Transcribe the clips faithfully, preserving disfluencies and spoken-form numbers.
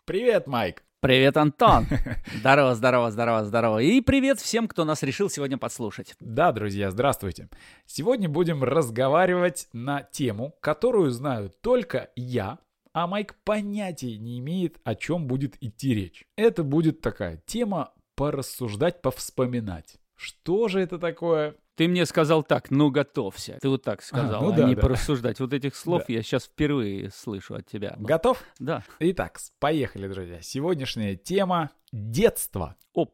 Привет, Майк. Привет, Антон. Здорово, здорово, здорово, здорово. И привет всем, кто нас решил сегодня подслушать. Да, друзья, здравствуйте. Сегодня будем разговаривать на тему, которую знаю только я, а Майк понятия не имеет, о чем будет идти речь. Это будет такая тема порассуждать, повспоминать. Что же это такое? Ты мне сказал так, ну готовься. Ты вот так сказал, а, ну а да, не да. порассуждать. Вот этих слов Да. я сейчас впервые слышу от тебя. Готов? Да. Итак, поехали, друзья. Сегодняшняя тема — детство. Опа.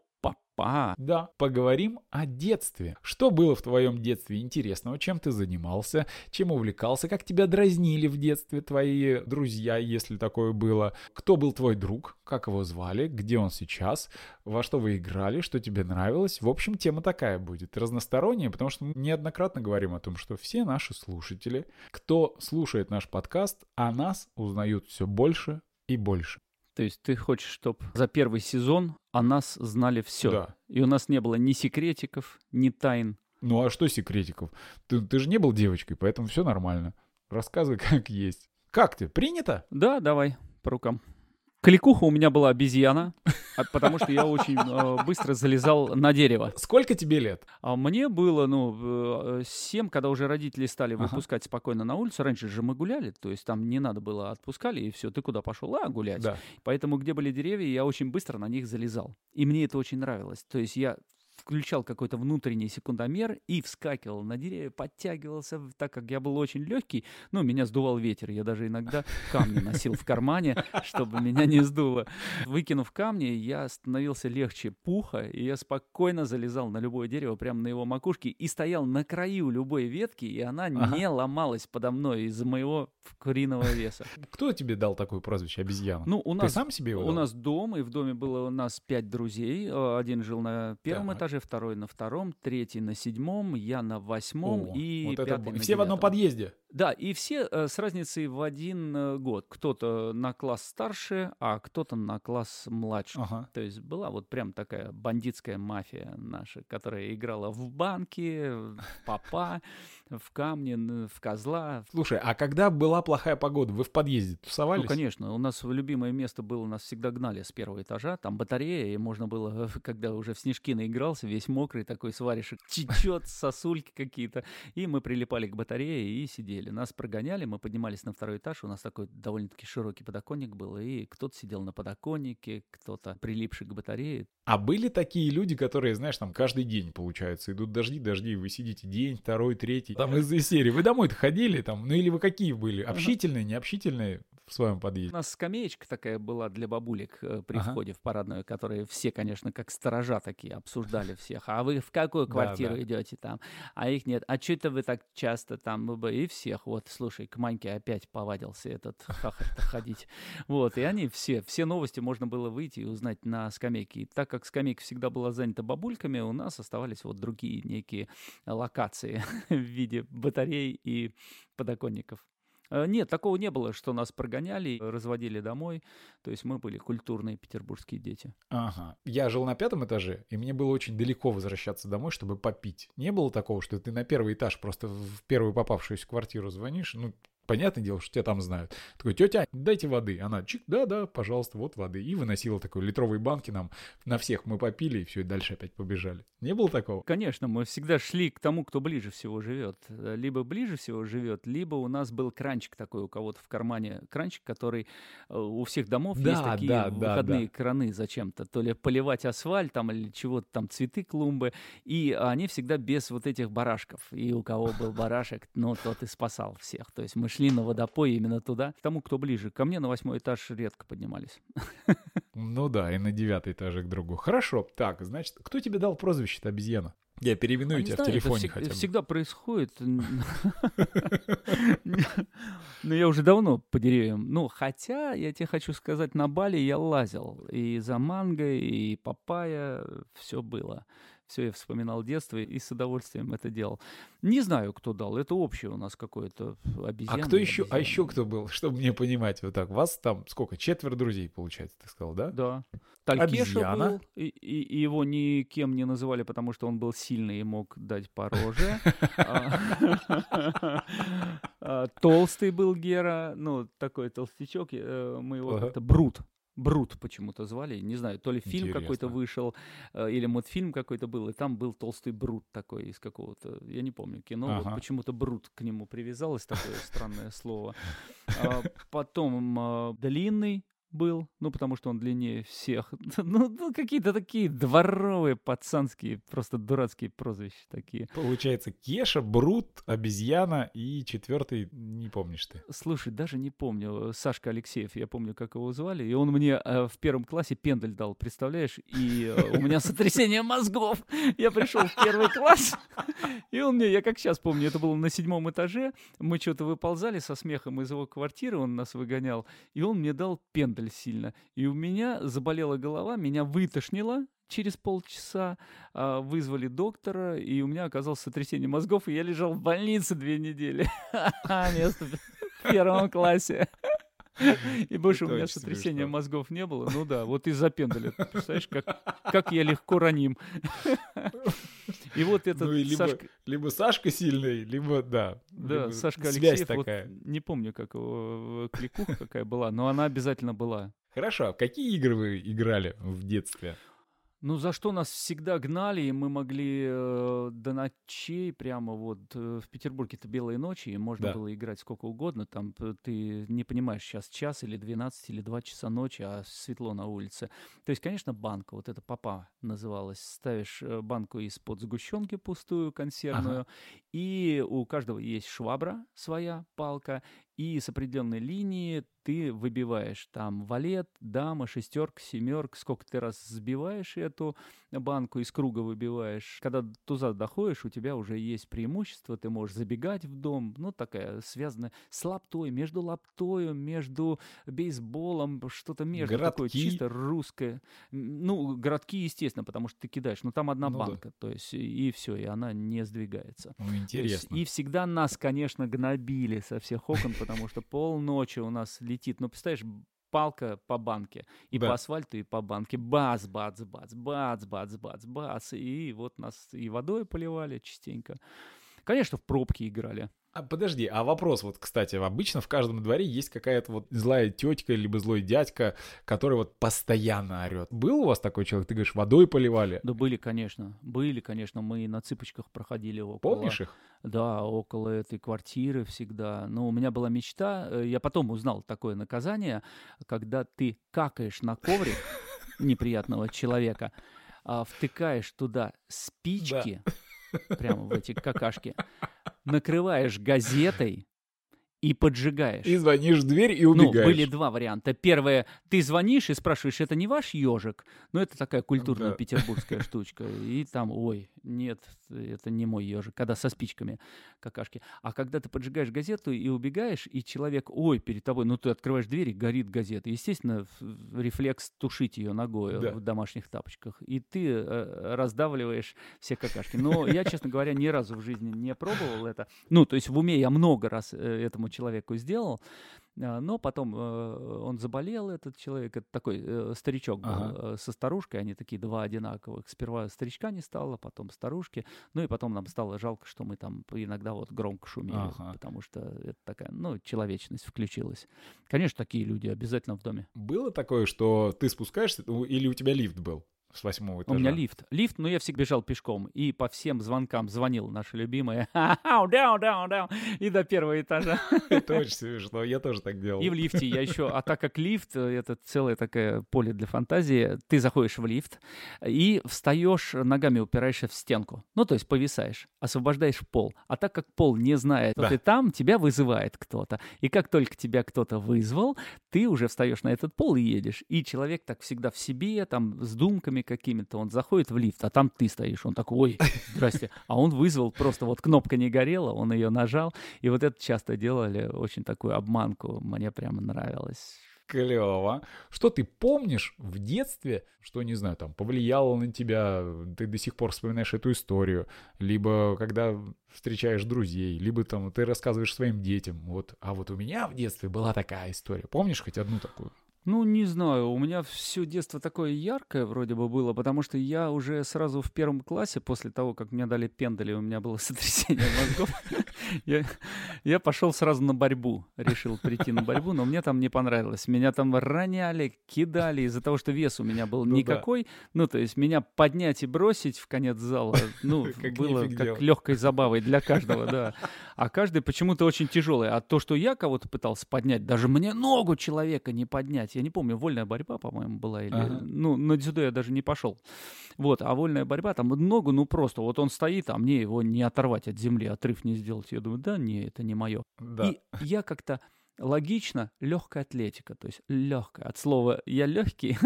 Да, поговорим о детстве. Что было в твоем детстве интересного? Чем ты занимался? Чем увлекался? Как тебя дразнили в детстве твои друзья, если такое было? Кто был твой друг? Как его звали? Где он сейчас? Во что вы играли? Что тебе нравилось? В общем, тема такая будет, разносторонняя, потому что мы неоднократно говорим о том, что все наши слушатели, кто слушает наш подкаст, о нас узнают все больше и больше. То есть ты хочешь, чтобы за первый сезон о нас знали все. Да. И у нас не было ни секретиков, ни тайн. Ну а что секретиков? Ты, ты же не был девочкой, поэтому все нормально. Рассказывай, как есть. Как ты? Принято? Да, давай, по рукам. Кликуха у меня была обезьяна, потому что я очень э, быстро залезал на дерево. Сколько тебе лет? А мне было, ну, семь, когда уже родители стали Ага. выпускать спокойно на улицу. Раньше же мы гуляли, то есть там не надо было, отпускали, и все, ты куда пошел? А, гулять. Да. Поэтому где были деревья, я очень быстро на них залезал. И мне это очень нравилось. То есть я включал какой-то внутренний секундомер и вскакивал на деревья, подтягивался, так как я был очень легкий, ну, меня сдувал ветер, я даже иногда камни носил в кармане, чтобы меня не сдуло. Выкинув камни, я становился легче пуха, и я спокойно залезал на любое дерево, прямо на его макушке, и стоял на краю любой ветки, и она Ага. не ломалась подо мной из-за моего куриного веса. Кто тебе дал такое прозвище обезьяна? Ну, у Ты нас, сам себе его у дал? нас дом, и в доме было у нас пять друзей. Э, Один жил на первом Так. этаже, второй на втором, третий на седьмом, я на восьмом О, и вот это пятый б- на Все в одном девятом. подъезде. Да, и все э, с разницей в один э, год. Кто-то на класс старше, а кто-то на класс младше. Ага. То есть была вот прям такая бандитская мафия наша, которая играла в банки, в попа, в камни, н- в козла. Слушай, а когда была плохая погода, вы в подъезде тусовались? Ну, конечно, у нас любимое место было, нас всегда гнали с первого этажа, там батарея, и можно было, когда уже в снежки наигрался, весь мокрый такой с варежек, течет, сосульки какие-то, и мы прилипали к батарее и сидели. Нас прогоняли, мы поднимались на второй этаж, у нас такой довольно-таки широкий подоконник был, и кто-то сидел на подоконнике, кто-то прилипший к батарее. А были такие люди, которые, знаешь, там каждый день, получается, идут дожди, дожди, и вы сидите день, второй, третий, там из-за серии. Вы домой-то ходили там? Ну или вы какие были? Общительные, необщительные в своем У подъезде? нас скамеечка такая была для бабулек э, при Ага. входе в парадную, которые все, конечно, как сторожа такие обсуждали всех. А вы в какую Да, квартиру да. идете там? А их нет. А что это вы так часто там? б- б- И всех. Вот, слушай, к Маньке опять повадился этот хахаль-то ходить. Вот, и они все, все новости можно было выйти и узнать на скамейке. И так как скамейка всегда была занята бабульками, у нас оставались вот другие некие локации в виде батарей и подоконников. Э, Нет, такого не было, что нас прогоняли, разводили домой. То есть мы были культурные петербургские дети. Ага. Я жил на пятом этаже, и мне было очень далеко возвращаться домой, чтобы попить. Не было такого, что ты на первый этаж просто в первую попавшуюся квартиру звонишь, ну, понятное дело, что тебя там знают. Такой, тетя, дайте воды. Она, чик, да-да, пожалуйста, вот воды. И выносила такой литровые банки нам. На всех мы попили, и все, и дальше опять побежали. Не было такого? Конечно, мы всегда шли к тому, кто ближе всего живет. Э, Либо ближе всего живет, либо у нас был кранчик такой у кого-то в кармане. Кранчик, который э, у всех домов есть Да, такие да, да, выходные да. краны зачем-то. То ли поливать асфальт там, или чего-то там, цветы, клумбы. И они всегда без вот этих барашков. И у кого был барашек, ну, тот и спасал всех. То есть мы шли на водопой именно туда, к тому, кто ближе. Ко мне на восьмой этаж редко поднимались. Ну да, и на девятый этаже к другу. Хорошо. Так, значит, кто тебе дал прозвище-то обезьяна? Я переименую А не тебя знаю, в телефоне это всег- хотя бы. всегда происходит. Но я уже давно по деревьям. Ну, хотя, я тебе хочу сказать, на Бали я лазил. И за манго, и папайя, все было. Все, я вспоминал детство и с удовольствием это делал. Не знаю, кто дал. Это общее у нас какое-то обезьяна. А кто еще, а обезьяна. еще кто был, чтобы мне понимать вот так? Вас там сколько? Четверо друзей, получается, ты сказал, да? Да. Талькеша Обезьяна. был, и, и- и его никем не называли, потому что он был сильный и мог дать по роже. А, а, Толстый был Гера, ну, такой толстячок, э, мы его Ага. как-то Брут. Брут почему-то звали, не знаю, то ли фильм Интересно. какой-то вышел, э, или мультфильм какой-то был, и там был толстый Брут такой из какого-то, я не помню, кино, Ага. вот почему-то Брут к нему привязалось, такое странное слово. А потом а, длинный был, ну, потому что он длиннее всех. Ну, ну, какие-то такие дворовые, пацанские, просто дурацкие прозвища такие. Получается, Кеша, Брут, обезьяна и четвертый не помнишь ты. Слушай, даже не помню. Сашка Алексеев, я помню, как его звали. И он мне э, в первом классе пендель дал, представляешь? И э, у меня сотрясение мозгов. Я пришел в первый класс, и он мне, я как сейчас помню, это было на седьмом этаже. Мы что-то выползали со смехом из его квартиры, он нас выгонял. И он мне дал пендель сильно. И у меня заболела голова, меня вытошнило. Через полчаса а, вызвали доктора, и у меня оказалось сотрясение мозгов, и я лежал в больнице две недели. Место в первом классе. И больше у меня сотрясения мозгов не было. Ну да, вот из-за пенделя. Представляешь, как, как я легко раним. И вот этот Ну, и либо, Сашка... либо Сашка сильный, либо, да. Да, либо Сашка связь Алексеев, такая. Вот, не помню, как его кликуха какая была, но она обязательно была. Хорошо, а в какие игры вы играли в детстве? Ну, за что нас всегда гнали, и мы могли э, до ночей прямо вот... Э, в Петербурге-то белые ночи, и можно Да. было играть сколько угодно. Там п- ты не понимаешь, сейчас час или двенадцать, или два часа ночи, а светло на улице. То есть, конечно, банка, вот это папа называлась. Ставишь э, банку из-под сгущенки пустую, консервную, Ага. и у каждого есть швабра своя, палка, и с определенной линии ты выбиваешь там валет, дама, шестерка, семерка, сколько ты раз сбиваешь эту банку, из круга выбиваешь. Когда туда доходишь, у тебя уже есть преимущество, ты можешь забегать в дом, ну, такая связанная с лаптой, между лаптою, между бейсболом, что-то между, такое Городки. чисто русское. М, Ну, городки, естественно, потому что ты кидаешь, но там одна Ну да. банка, то есть и все, и она не сдвигается. Ну, То есть интересно. и всегда нас, конечно, гнобили со всех окон, потому что полночи у нас летит, ну, представляешь, палка по банке, и Да. по асфальту, и по банке, бац, бац, бац, бац, бац, бац, бац, и вот нас и водой поливали частенько. Конечно, в пробки играли. А подожди, а вопрос вот, кстати, обычно в каждом дворе есть какая-то вот злая тетка либо злой дядька, который вот постоянно орет. Был у вас такой человек? Ты говоришь, водой поливали? Да были, конечно, были, конечно, мы на цыпочках проходили около... Помнишь их? Да, около этой квартиры всегда. Но у меня была мечта, э, я потом узнал такое наказание, когда ты какаешь на коврик неприятного человека, а, втыкаешь туда спички, прямо в эти какашки, накрываешь газетой и поджигаешь. И звонишь в дверь и Ну, убегаешь. были два варианта. Первое, ты звонишь и спрашиваешь, это не ваш ежик? Ну, это такая культурная Да. петербургская штучка. И там, ой, нет, это не мой ежик. Когда со спичками какашки. А когда ты поджигаешь газету и убегаешь, и человек, ой, перед тобой, ну, ты открываешь дверь, и горит газета. Естественно, в- рефлекс тушить ее ногой Да. в домашних тапочках. И ты э, раздавливаешь все какашки. Но я, честно говоря, ни разу в жизни не пробовал это. Ну, то есть в уме я много раз э, этому человеку сделал, а, но потом э, он заболел, этот человек, это такой э, старичок был Ага. э, со старушкой, они такие два одинаковых. Сперва старичка не стало, потом старушки, ну и потом нам стало жалко, что мы там иногда вот громко шумели, Ага. потому что это такая, ну, человечность включилась. Конечно, такие люди обязательно в доме. Было такое, что ты спускаешься, ну, или у тебя лифт был с восьмого этажа? У меня лифт. Лифт, но я всегда бежал пешком. И по всем звонкам звонил наша любимая. Down, down, down. И до первого этажа. Это очень смешно, я тоже так делал. И в лифте я еще... А так как лифт, э, это целое такое поле для фантазии, ты заходишь в лифт и встаешь, ногами упираешься в стенку. Ну, то есть повисаешь, освобождаешь пол. А так как пол не знает, что Да. ты там, тебя вызывает кто-то. И как только тебя кто-то вызвал, ты уже встаешь на этот пол и едешь. И человек так всегда в себе, там, с думками какими-то, он заходит в лифт, а там ты стоишь. Он такой, ой, здрасте. А он вызвал, просто вот кнопка не горела, он ее нажал. И вот это часто делали, очень такую обманку. Мне прямо нравилось. Клево. Что ты помнишь в детстве, что, не знаю, там, повлияло на тебя, ты до сих пор вспоминаешь эту историю, либо когда встречаешь друзей, либо там ты рассказываешь своим детям, вот, а вот у меня в детстве была такая история. Помнишь хоть одну такую? Ну, не знаю, у меня все детство такое яркое вроде бы было, потому что я уже сразу в первом классе, после того, как мне дали пендали, у меня было сотрясение мозгов, я, я пошел сразу на борьбу, решил прийти на борьбу, но мне там не понравилось. Меня там роняли, кидали из-за того, что вес у меня был Ну да. никакой. Ну, то есть меня поднять и бросить в конец зала, ну, Как было нифиг как делать. легкой забавой для каждого, да. А каждый почему-то очень тяжелый. А то, что я кого-то пытался поднять, даже мне ногу человека не поднять. Я не помню, вольная борьба, по-моему, была. Или... Ага. Ну, на дзюдо я даже не пошел. Вот, а вольная борьба, там ногу, ну просто, вот он стоит, а мне его не оторвать от земли, отрыв не сделать. Я думаю, да, не, это не мое. Да. И я как-то логично легкая атлетика, то есть легкая. От слова «я легкий»,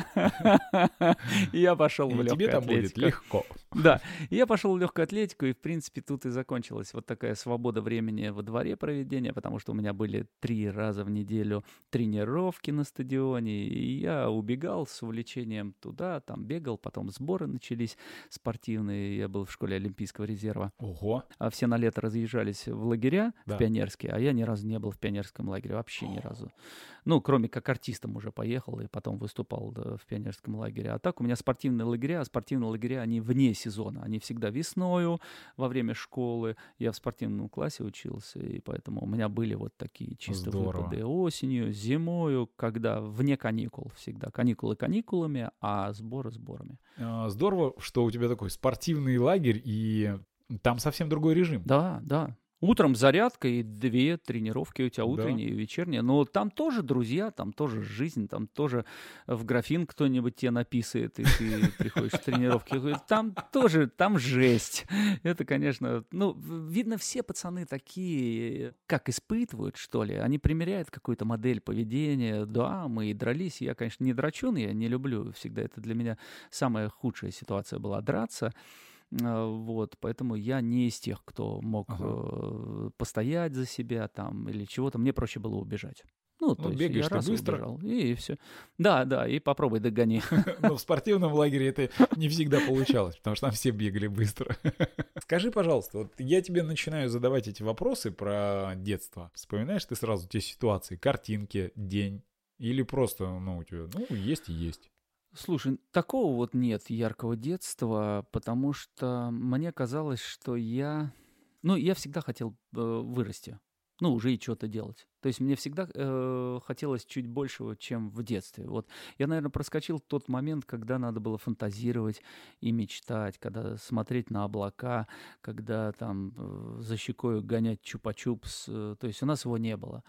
я пошел в И тебе легкую там будет атлетику. легко. Да, и я пошел в легкую атлетику, и, в принципе, тут и закончилась вот такая свобода времени во дворе проведения, потому что у меня были три раза в неделю тренировки на стадионе, и я убегал с увлечением туда, там бегал, потом сборы начались спортивные, я был в школе Олимпийского резерва. Ого. А все на лето разъезжались в лагеря, Да. в пионерские, а я ни разу не был в пионерском лагере, вообще ни разу. Ну, кроме как артистом уже поехал и потом выступал да, в пионерском лагере. А так у меня спортивные лагеря, а спортивные лагеря, они вне сезона. Они всегда весною, во время школы. Я в спортивном классе учился, и поэтому у меня были вот такие чисто Здорово. выпады осенью, зимою, когда вне каникул всегда. Каникулы каникулами, а сборы сборами. А, Здорово, что у тебя такой спортивный лагерь, и там совсем другой режим. Да, да. Утром зарядка и две тренировки у тебя, Да. утренние и вечерние. Но там тоже друзья, там тоже жизнь, там тоже в графин кто-нибудь тебе написает, и ты приходишь в тренировки. Там тоже, там жесть. Это, конечно, ну, видно, все пацаны такие, как испытывают, что ли. Они примеряют какую-то модель поведения. Да, мы и дрались. Я, конечно, не драчун, я не люблю всегда. Это для меня самая худшая ситуация была драться. А, Вот, поэтому я не из тех, кто мог Ага. э, постоять за себя там или чего-то. Мне проще было убежать. Ну, то Ну, есть бегаешь я ты раз и быстро. убежал, и все. Да, да, и попробуй догони. Но в спортивном лагере это не всегда получалось, потому что там все бегали быстро. Скажи, пожалуйста, вот я тебе начинаю задавать эти вопросы про детство. Вспоминаешь ты сразу те ситуации, картинки, день? Или просто, ну, у тебя, ну, есть и есть? Слушай, такого вот нет яркого детства, потому что мне казалось, что я... Ну, я всегда хотел э, вырасти. Ну, уже и что-то делать. То есть мне всегда э, хотелось чуть большего, чем в детстве. Вот я, наверное, проскочил тот момент, когда надо было фантазировать и мечтать, когда смотреть на облака, когда там э, за щекой гонять чупа-чупс. Э, то есть у нас его не было.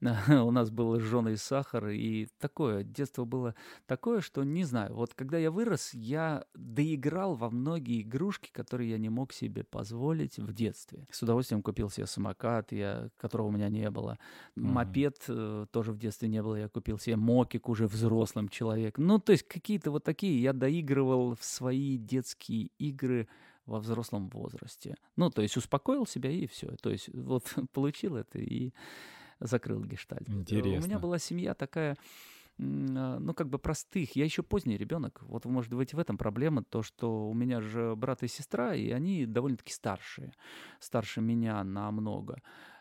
У нас был жженый сахар, и такое, детство было такое, что, не знаю, вот когда я вырос, я доиграл во многие игрушки, которые я не мог себе позволить в детстве. С удовольствием купил себе самокат, я, которого у меня не было. Мопед э, тоже в детстве не было, я купил себе мокик уже взрослым человеком. Ну, то есть какие-то вот такие я доигрывал в свои детские игры во взрослом возрасте. Ну, то есть успокоил себя и все. То есть вот получил это и закрыл гештальт. Интересно. У меня была семья такая, ну, как бы простых. Я еще поздний ребенок. Вот, может быть, в этом проблема, то, что у меня же брат и сестра, и они довольно-таки старшие. Старше меня намного.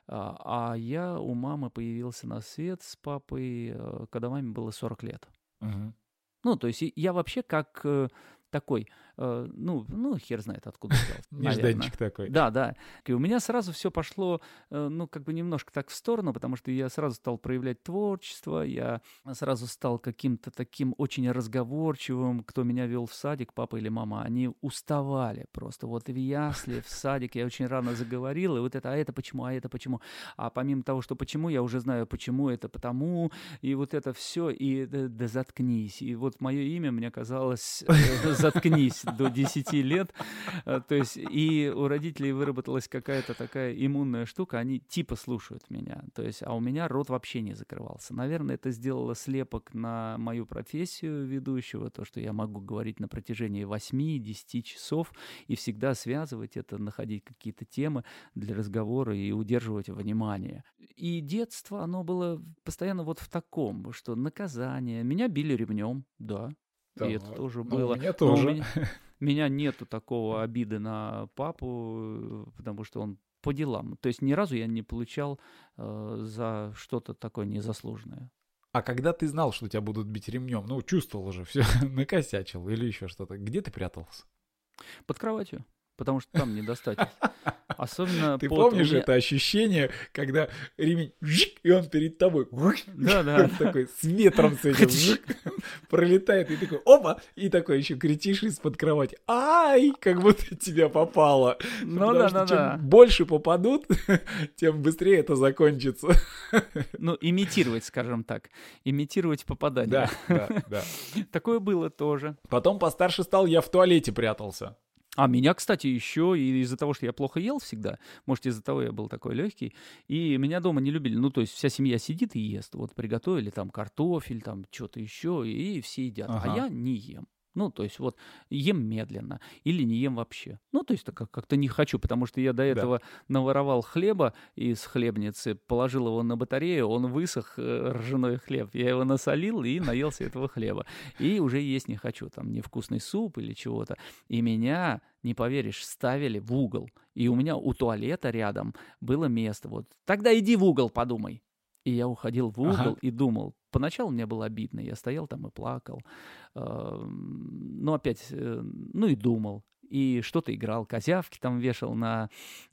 А я у мамы появился на свет с папой, когда маме было сорок лет. Угу. Ну, то есть я вообще как такой, э, ну, ну, хер знает, откуда взялся. Нежданчик такой. Да, да. И у меня сразу все пошло, э, ну, как бы немножко так в сторону, потому что я сразу стал проявлять творчество, я сразу стал каким-то таким очень разговорчивым. Кто меня вел в садик, папа или мама, они уставали просто. Вот и в ясли, в садик я очень рано заговорил, и вот это, а это почему, а это почему. А помимо того, что почему, я уже знаю, почему это потому, и вот это все, и да, да заткнись. И вот мое имя, мне казалось... заткнись до десяти лет. То есть и у родителей выработалась какая-то такая иммунная штука, они типа слушают меня. То есть, а у меня рот вообще не закрывался. Наверное, это сделало слепок на мою профессию ведущего, то, что я могу говорить на протяжении восьми-десяти часов и всегда связывать это, находить какие-то темы для разговора и удерживать внимание. И детство, оно было постоянно вот в таком, что наказание. Меня били ремнем, да. Да, И это тоже ну, было. у меня Но тоже. у меня, меня нету такого обиды на папу, потому что он по делам. То есть ни разу я не получал э, за что-то такое незаслуженное. А когда ты знал, что тебя будут бить ремнем, ну, чувствовал уже, все, накосячил или еще что-то, где ты прятался? Под кроватью, потому что там не достать. Особенно Ты под... помнишь у меня- это ощущение, когда ремень, жик, и он перед тобой, Да, да. такой с ветром с этим жик, пролетает, и такой, опа, и такой еще кричишь из-под кровати, ай, как будто тебя попало. Ну Потому да, что да, чем да. больше попадут, тем быстрее это закончится. Ну, имитировать, скажем так. Имитировать попадание. Да, да, да. Такое было тоже. Потом постарше стал, я в туалете прятался. А меня, кстати, еще и из-за того, что я плохо ел всегда, может, из-за того я был такой легкий, и меня дома не любили. Ну, то есть вся семья сидит и ест. Вот приготовили там картофель, там что-то еще, и все едят. Ага. А я не ем. Ну, то есть вот ем медленно или не ем вообще. Ну, то есть так как- как-то не хочу, потому что я до этого наворовал хлеба из хлебницы, положил его на батарею, он высох, э, ржаной хлеб. Я его насолил и наелся этого хлеба. И уже есть не хочу, там, невкусный суп или чего-то. И меня, не поверишь, ставили в угол. И у меня у туалета рядом было место. Вот, тогда иди в угол, подумай. И я уходил в угол Ага. и думал. Поначалу мне было обидно, я стоял там и плакал. Эм, Но опять, э, ну и думал. И что-то играл, козявки там вешал на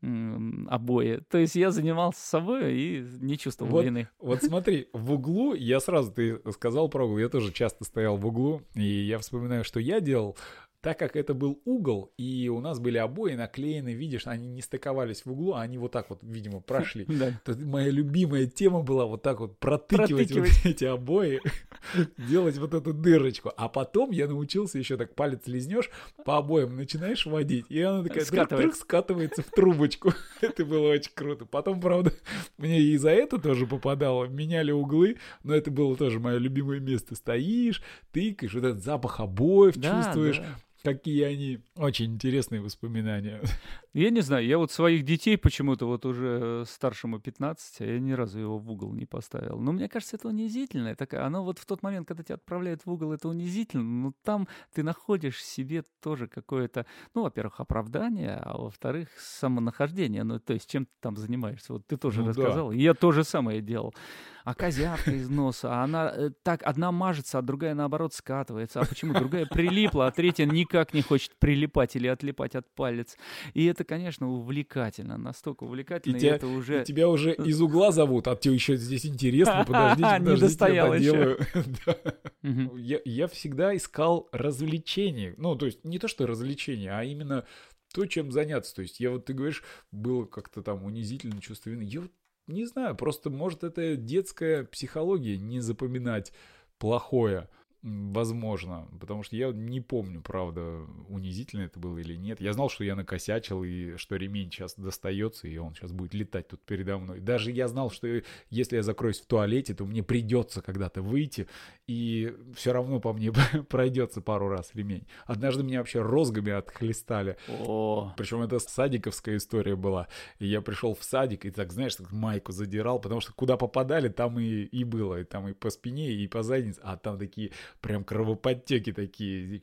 м, обои. То есть я занимался собой и не чувствовал Вот, вины. вот смотри, в углу, я сразу, ты сказал про угол, я тоже часто стоял в углу, и я вспоминаю, что я делал. Так как это был угол, и у нас были обои наклеены, видишь, они не стыковались в углу, а они вот так вот, видимо, прошли. Да. То моя любимая тема была вот так вот протыкивать, Протыкивать. вот эти обои, делать вот эту дырочку. А потом я научился еще так палец лизнешь, по обоям начинаешь водить, и она такая трык-трык Скатывается. скатывается в трубочку. Это было очень круто. Потом, правда, мне и за это тоже попадало. Меняли углы, но это было тоже мое любимое место. Стоишь, тыкаешь, вот этот запах обоев Да, чувствуешь. да. Какие они очень интересные воспоминания. Я не знаю, я вот своих детей почему-то вот уже старшему пятнадцать, а я ни разу его в угол не поставил. Но мне кажется, это унизительно. Это, оно вот в тот момент, когда тебя отправляют в угол, это унизительно. Но там ты находишь в себе тоже какое-то, ну, во-первых, оправдание, а во-вторых, самонахождение. Ну, то есть чем ты там занимаешься. Вот ты тоже Ну да. рассказал. И я то же самое делал. А козявка из носа, а она э, так, одна мажется, а другая, наоборот, скатывается. А почему? Другая прилипла, а третья никак не хочет прилипать или отлипать от палец. И это, конечно, увлекательно, настолько увлекательно, И и тебя, это уже... и тебя уже из угла зовут, а тебе еще здесь интересно, подождите, Не подождите, достоял я еще. доделаю. Да. Мгм. Я, я всегда искал развлечений. Ну, то есть не то, что развлечения, а именно то, чем заняться. То есть я вот, ты говоришь, было как-то там унизительно чувство вины. Я вот не знаю, просто, может, это детская психология, не запоминать плохое. М, Возможно, потому что я не помню, правда, унизительно это было или нет. Я знал, что я накосячил, и что ремень сейчас достается, и он сейчас будет летать тут передо мной. Даже я знал, что если я закроюсь в туалете, то мне придется когда-то выйти, и все равно по мне пройдется пару раз ремень. Однажды меня вообще розгами отхлестали. О, Причем это садиковская история была. И я пришел в садик и так, знаешь, так майку задирал, потому что куда попадали, там и, и было. И там и по спине, и по заднице. А там такие прям кровоподтеки такие.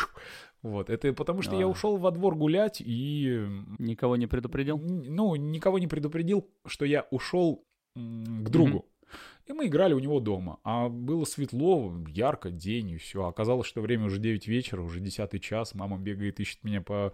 Вот, это потому что я А. ушел во двор гулять и, никого не предупредил? н- ну, никого не предупредил, что я ушел м, к другу. И мы играли у него дома. А было светло, ярко, день и все. Оказалось, что время уже девять вечера, уже десятый час. Мама бегает, ищет меня по,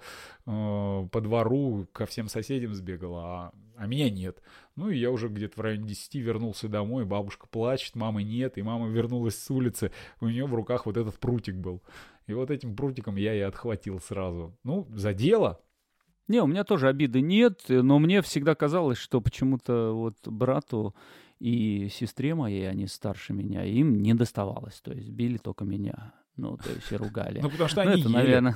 э, по двору, ко всем соседям сбегала, а, а меня нет. Ну и я уже где-то в районе десяти вернулся домой. Бабушка плачет, мамы нет. И мама вернулась с улицы. У нее в руках вот этот прутик был. И вот этим прутиком я и отхватил сразу. Ну, за дело. Не, у меня тоже обиды нет, но мне всегда казалось, что почему-то вот брату и сестре моей, они старше меня, им не доставалось. То есть били только меня. Ну, то есть и ругали. Ну, потому что Ну, они это, ели. наверное...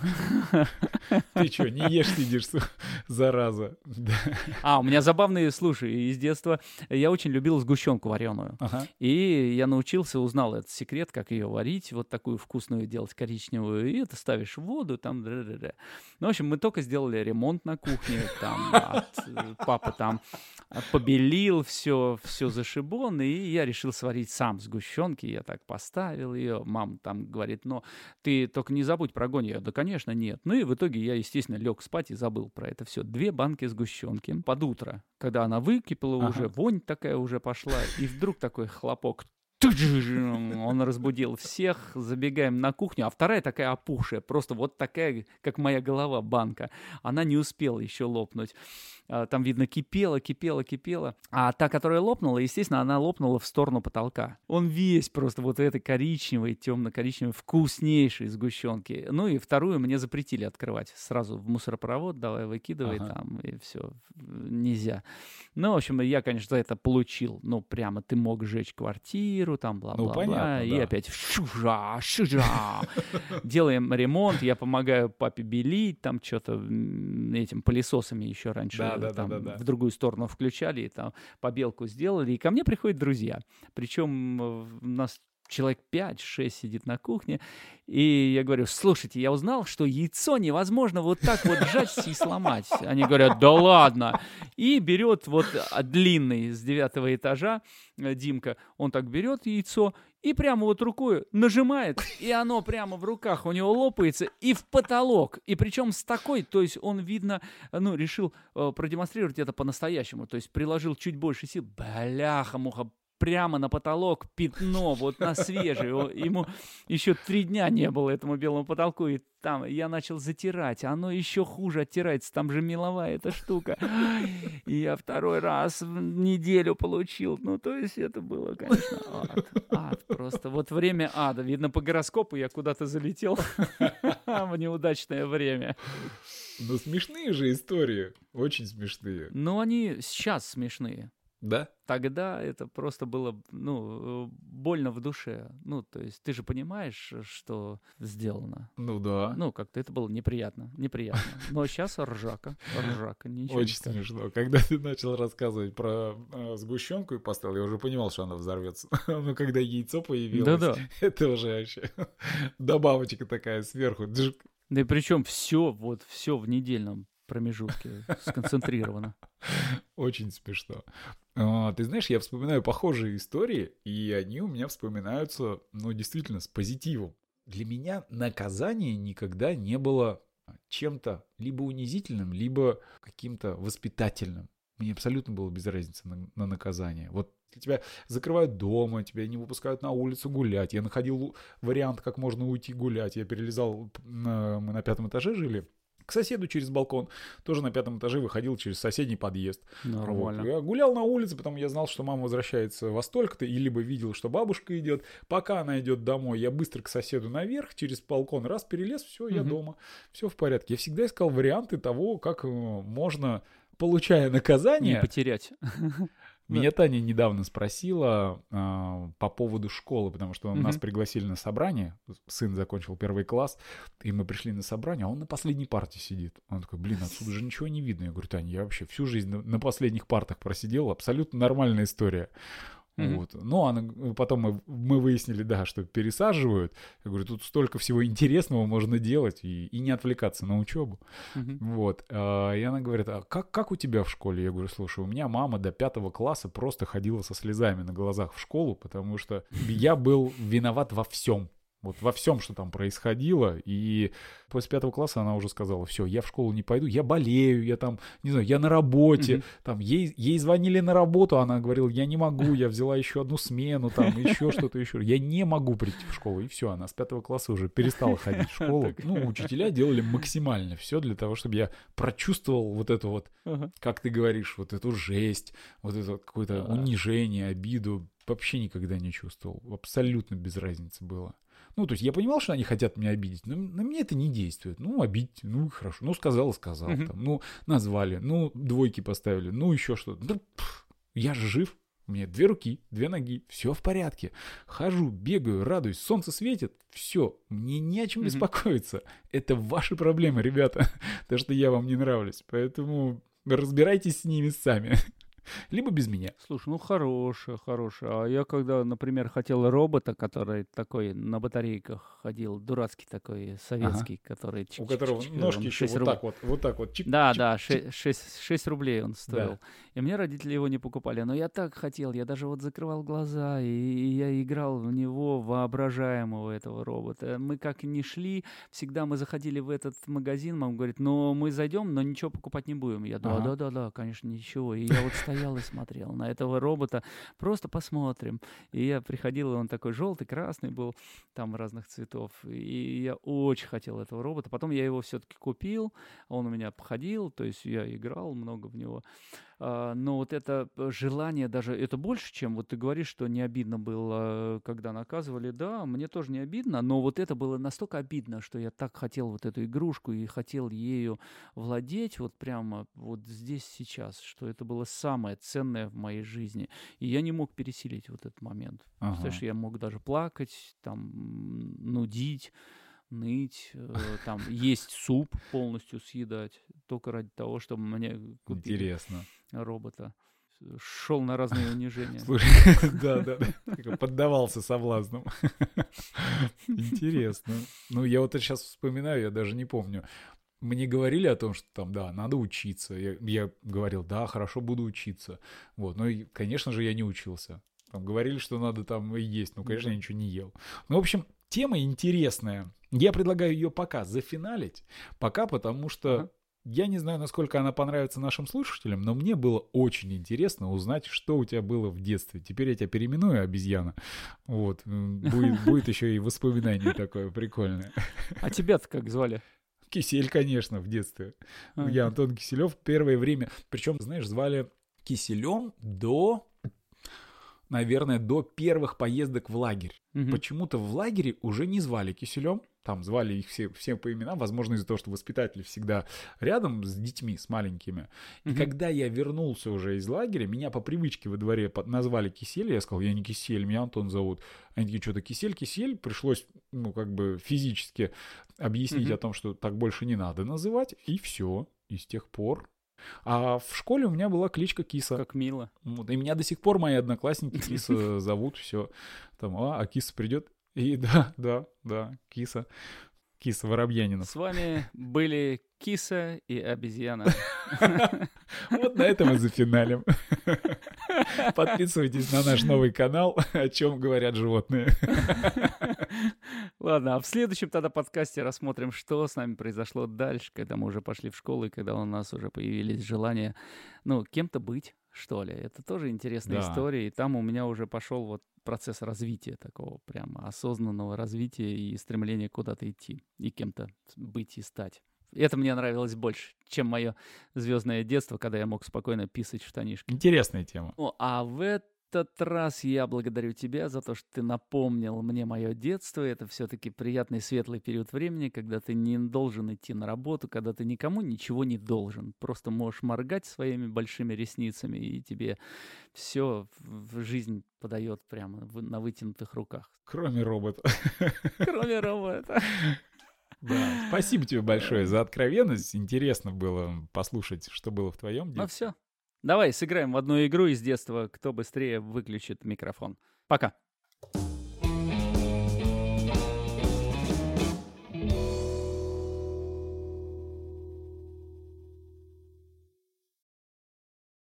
Ты что, не ешь, сидишь, зараза. Да. А, у меня забавные, слушай, из детства я очень любил сгущенку вареную. Ага. И я научился, узнал этот секрет, как ее варить, вот такую вкусную делать, коричневую. И это ставишь в воду, там... дры-дры-дры. Ну, в общем, мы только сделали ремонт на кухне, там, от, э, папа там побелил все, все зашибон, и я решил сварить сам сгущенки. Я так поставил ее. Мама там говорит, но ты только не забудь про огонь. Я, да, конечно, нет. Ну и в итоге я, естественно, лег спать и забыл про это все. Две банки сгущенки под утро, когда она выкипела Ага. уже, вонь такая уже пошла, и вдруг такой хлопок. Он разбудил всех, забегаем на кухню, а вторая такая опухшая, просто вот такая, как моя голова, банка. Она не успела еще лопнуть. Там, видно, кипела, кипела, кипела. А та, которая лопнула, естественно, она лопнула в сторону потолка. Он весь просто вот этой коричневой, темно-коричневой, вкуснейшей сгущенки. Ну и вторую мне запретили открывать. Сразу в мусоропровод давай выкидывай ага. там, и все. Нельзя. Ну, в общем, я, конечно, за это получил. Ну, прямо ты мог сжечь квартиру, там, бла-бла-бла. Ну, понятно, и да. опять шужа, шужа. Делаем ремонт, я помогаю папе белить, там что-то этим пылесосами еще раньше да, да, там, да, да, да. в другую сторону включали, и там побелку сделали. И ко мне приходят друзья. Причем у нас человек пять-шесть сидит на кухне, и я говорю: слушайте, я узнал, что яйцо невозможно вот так вот сжать и сломать. Они говорят: да ладно. И берет вот длинный с девятого этажа Димка, он так берет яйцо и прямо вот рукой нажимает, и оно прямо в руках у него лопается и в потолок. И причем с такой, то есть он, видно, ну, решил э, продемонстрировать это по-настоящему, то есть приложил чуть больше сил. Бляха-муха, прямо на потолок пятно, вот на свежий. Ему еще три дня не было, этому белому потолку, и там я начал затирать, оно еще хуже оттирается, там же меловая эта штука. И я второй раз в неделю получил. Ну, то есть это было, конечно, ад. Ад просто. Вот время ада. Видно, по гороскопу я куда-то залетел в неудачное время. Ну, смешные же истории. Очень смешные. Ну, они сейчас смешные. Да? Тогда это просто было, ну, больно в душе. Ну, то есть ты же понимаешь, что сделано. Ну да. Ну, как-то это было неприятно, неприятно. Но сейчас ржака, ржака, ничего. Очень смешно. Когда ты начал рассказывать про э, сгущенку и поставил, я уже понимал, что она взорвется. Но когда яйцо появилось, да-да. Это уже вообще добавочка такая сверху. Да и причем все, вот все в недельном промежутке сконцентрировано. Очень смешно. А, ты знаешь, я вспоминаю похожие истории, и они у меня вспоминаются, ну, действительно, с позитивом. Для меня наказание никогда не было чем-то либо унизительным, либо каким-то воспитательным. Мне абсолютно было без разницы на, на наказание. Вот если тебя закрывают дома, тебя не выпускают на улицу гулять. Я находил вариант, как можно уйти гулять. Я перелезал, на, мы на пятом этаже жили, к соседу через балкон, тоже на пятом этаже выходил через соседний подъезд. Нормально. Вот. Я гулял на улице, потом я знал, что мама возвращается во столько-то, и либо видел, что бабушка идет. Пока она идет домой, я быстро к соседу наверх, через балкон, раз перелез, все, я угу. дома, все в порядке. Я всегда искал варианты того, как можно, получая наказание... Не потерять. Меня Таня недавно спросила э, по поводу школы, потому что mm-hmm. нас пригласили на собрание, сын закончил первый класс, и мы пришли на собрание, а он на последней парте сидит. Он такой: блин, отсюда же ничего не видно. Я говорю: Таня, я вообще всю жизнь на, на последних партах просидел, абсолютно нормальная история. Mm-hmm. Вот. Ну, а потом мы, мы выяснили, да, что пересаживают. Я говорю: тут столько всего интересного можно делать и, и не отвлекаться на учебу. Mm-hmm. Вот. И она говорит: а как, как у тебя в школе? Я говорю: слушай, у меня мама до пятого класса просто ходила со слезами на глазах в школу, потому что я был виноват во всем. Вот во всем, что там происходило. И после пятого класса она уже сказала: все, я в школу не пойду, я болею, я там, не знаю, я на работе. Mm-hmm. Там ей, ей звонили на работу, она говорила: я не могу, я взяла еще одну смену, там еще что-то еще. Я не могу прийти в школу. И все, она с пятого класса уже перестала ходить в школу. Ну, учителя делали максимально все для того, чтобы я прочувствовал вот эту вот, как ты говоришь, вот эту жесть, вот это какое-то унижение, обиду. Вообще никогда не чувствовал. Абсолютно без разницы было. Ну, то есть я понимал, что они хотят меня обидеть, но на меня это не действует. Ну, обидеть, ну, хорошо. Ну, сказал, сказал. Uh-huh. Там, ну, назвали, ну, двойки поставили, ну, еще что-то. Да, пф, я же жив. У меня две руки, две ноги, все в порядке. Хожу, бегаю, радуюсь, солнце светит, все, мне не о чем uh-huh. беспокоиться. Это ваши проблемы, ребята, то, что я вам не нравлюсь. Поэтому разбирайтесь с ними сами. Либо без меня. Слушай, ну хорошая, хорошая. А я когда, например, хотел робота, который такой на батарейках ходил, дурацкий такой, советский, ага. который... У которого ножки еще вот так вот, вот так вот. Чик, да, чик, да, чик. шесть рублей он стоил. Да. И мне родители его не покупали. Но я так хотел, я даже вот закрывал глаза, и я играл в него, воображаемого этого робота. Мы как ни шли, всегда мы заходили в этот магазин, мама говорит: ну мы зайдем, но ничего покупать не будем. Я: да, ага. да, да, да, конечно, ничего. И я вот стоял стоял и смотрел на этого робота. Просто посмотрим. И я приходил, и он такой желтый, красный был, там разных цветов. И я очень хотел этого робота. Потом я его все-таки купил, он у меня походил, то есть я играл много в него. А, но вот это желание даже, это больше, чем вот ты говоришь, что не обидно было, когда наказывали. Да, мне тоже не обидно, но вот это было настолько обидно, что я так хотел вот эту игрушку и хотел ею владеть вот прямо вот здесь сейчас, что это было самое ценное в моей жизни. И я не мог пересилить вот этот момент. Ага. Представляешь, я мог даже плакать, там, нудить, ныть, э, там, есть суп полностью съедать, только ради того, чтобы мне купили Интересно. робота. Шел на разные унижения. Слушай, да, да, да. Поддавался соблазнам. Интересно. Ну, я вот это сейчас вспоминаю, я даже не помню. Мне говорили о том, что там, да, надо учиться. Я, я говорил, да, хорошо, буду учиться. Вот, ну, и, конечно же, я не учился. Там говорили, что надо там есть. Ну, конечно, я ничего не ел. Ну, в общем, тема интересная. Я предлагаю ее пока зафиналить. Пока, потому что... Ага. Я не знаю, насколько она понравится нашим слушателям, но мне было очень интересно узнать, что у тебя было в детстве. Теперь я тебя переименую, обезьяна. Вот. Будет, будет еще и воспоминание такое прикольное. А тебя-то как звали? Кисель, конечно, в детстве. А-а-а. Я Антон Киселев. Первое время, причем, знаешь, звали Киселем до... наверное, до первых поездок в лагерь. Угу. Почему-то в лагере уже не звали Киселем. Там звали их все, все по именам, возможно, из-за того, что воспитатели всегда рядом с детьми, с маленькими. И угу. когда я вернулся уже из лагеря, меня по привычке во дворе назвали Кисель. Я сказал, я не Кисель, меня Антон зовут. Они такие, что-то Кисель, Кисель. Пришлось, ну, как бы физически объяснить угу. о том, что так больше не надо называть. И все. И с тех пор... А в школе у меня была кличка Киса. Как мило. Вот, и меня до сих пор мои одноклассники Киса зовут, все. Там, а, а Киса придет. И да, да, да, Киса. Киса Воробьянинов. С вами были Киса и обезьяна. Вот на этом и зафиналим. Подписывайтесь на наш новый канал «О чем говорят животные». Ладно, а в следующем тогда подкасте рассмотрим, что с нами произошло дальше, когда мы уже пошли в школу и когда у нас уже появились желания, ну, кем-то быть, что ли. Это тоже интересная да. история, и там у меня уже пошел вот процесс развития такого прямо осознанного развития и стремления куда-то идти и кем-то быть и стать. Это мне нравилось больше, чем мое звездное детство, когда я мог спокойно писать в штанишки. Интересная тема. Ну, а в этот раз я благодарю тебя за то, что ты напомнил мне мое детство. Это все-таки приятный светлый период времени, когда ты не должен идти на работу, когда ты никому ничего не должен. Просто можешь моргать своими большими ресницами, и тебе все в жизнь подает прямо на вытянутых руках. Кроме робота. Кроме робота. Да, спасибо тебе большое за откровенность. Интересно было послушать, что было в твоем детстве. Ну все. Давай сыграем в одну игру из детства, кто быстрее выключит микрофон. Пока.